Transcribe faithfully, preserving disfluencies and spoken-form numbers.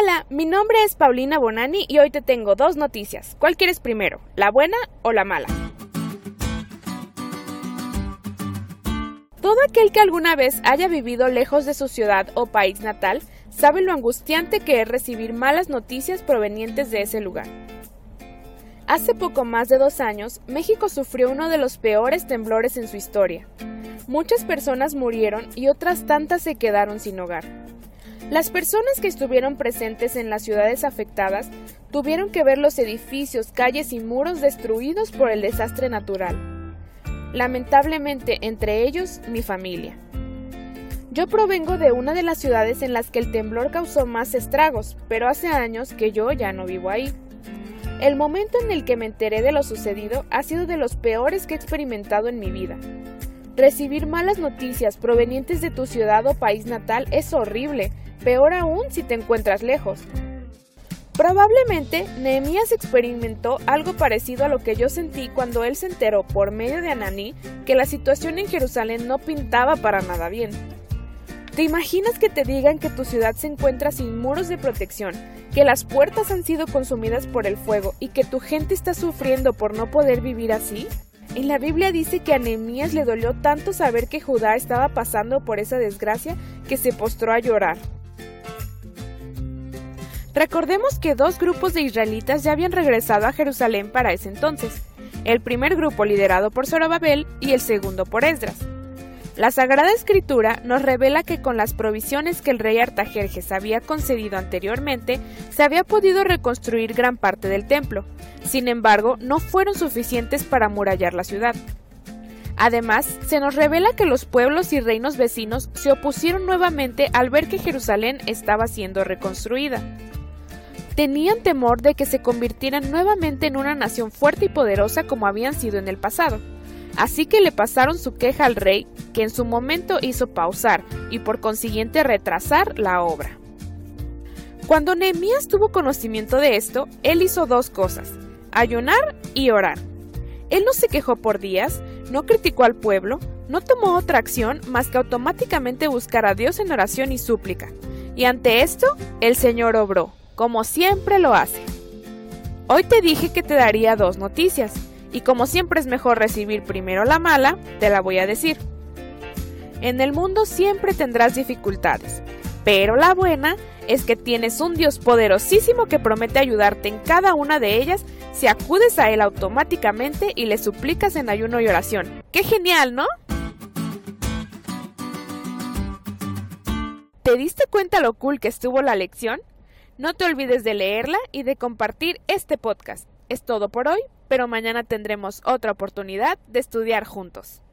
Hola, mi nombre es Paulina Bonani y hoy te tengo dos noticias. ¿Cuál quieres primero, la buena o la mala? Todo aquel que alguna vez haya vivido lejos de su ciudad o país natal sabe lo angustiante que es recibir malas noticias provenientes de ese lugar. Hace poco más de dos años, México sufrió uno de los peores temblores en su historia. Muchas personas murieron y otras tantas se quedaron sin hogar. Las personas que estuvieron presentes en las ciudades afectadas tuvieron que ver los edificios, calles y muros destruidos por el desastre natural. Lamentablemente, entre ellos, mi familia. Yo provengo de una de las ciudades en las que el temblor causó más estragos, pero hace años que yo ya no vivo ahí. El momento en el que me enteré de lo sucedido ha sido de los peores que he experimentado en mi vida. Recibir malas noticias provenientes de tu ciudad o país natal es horrible, peor aún si te encuentras lejos. Probablemente Nehemías experimentó algo parecido a lo que yo sentí cuando él se enteró por medio de Ananí que la situación en Jerusalén no pintaba para nada bien. ¿Te imaginas que te digan que tu ciudad se encuentra sin muros de protección, que las puertas han sido consumidas por el fuego y que tu gente está sufriendo por no poder vivir así? En la Biblia dice que a Nehemías le dolió tanto saber que Judá estaba pasando por esa desgracia que se postró a llorar. Recordemos que dos grupos de israelitas ya habían regresado a Jerusalén para ese entonces, el primer grupo liderado por Zorobabel y el segundo por Esdras. La Sagrada Escritura nos revela que con las provisiones que el rey Artajerjes había concedido anteriormente, se había podido reconstruir gran parte del templo. Sin embargo, no fueron suficientes para amurallar la ciudad. Además, se nos revela que los pueblos y reinos vecinos se opusieron nuevamente al ver que Jerusalén estaba siendo reconstruida. Tenían temor de que se convirtieran nuevamente en una nación fuerte y poderosa como habían sido en el pasado. Así que le pasaron su queja al rey, que en su momento hizo pausar y por consiguiente retrasar la obra. Cuando Nehemías tuvo conocimiento de esto, él hizo dos cosas: ayunar y orar. Él no se quejó por días, no criticó al pueblo, no tomó otra acción más que automáticamente buscar a Dios en oración y súplica. Y ante esto, el Señor obró, como siempre lo hace. Hoy te dije que te daría dos noticias, y como siempre es mejor recibir primero la mala, te la voy a decir. En el mundo siempre tendrás dificultades, pero la buena es que tienes un Dios poderosísimo que promete ayudarte en cada una de ellas si acudes a Él automáticamente y le suplicas en ayuno y oración. ¡Qué genial!, ¿no? ¿Te diste cuenta lo cool que estuvo la lección? No te olvides de leerla y de compartir este podcast. Es todo por hoy, pero mañana tendremos otra oportunidad de estudiar juntos.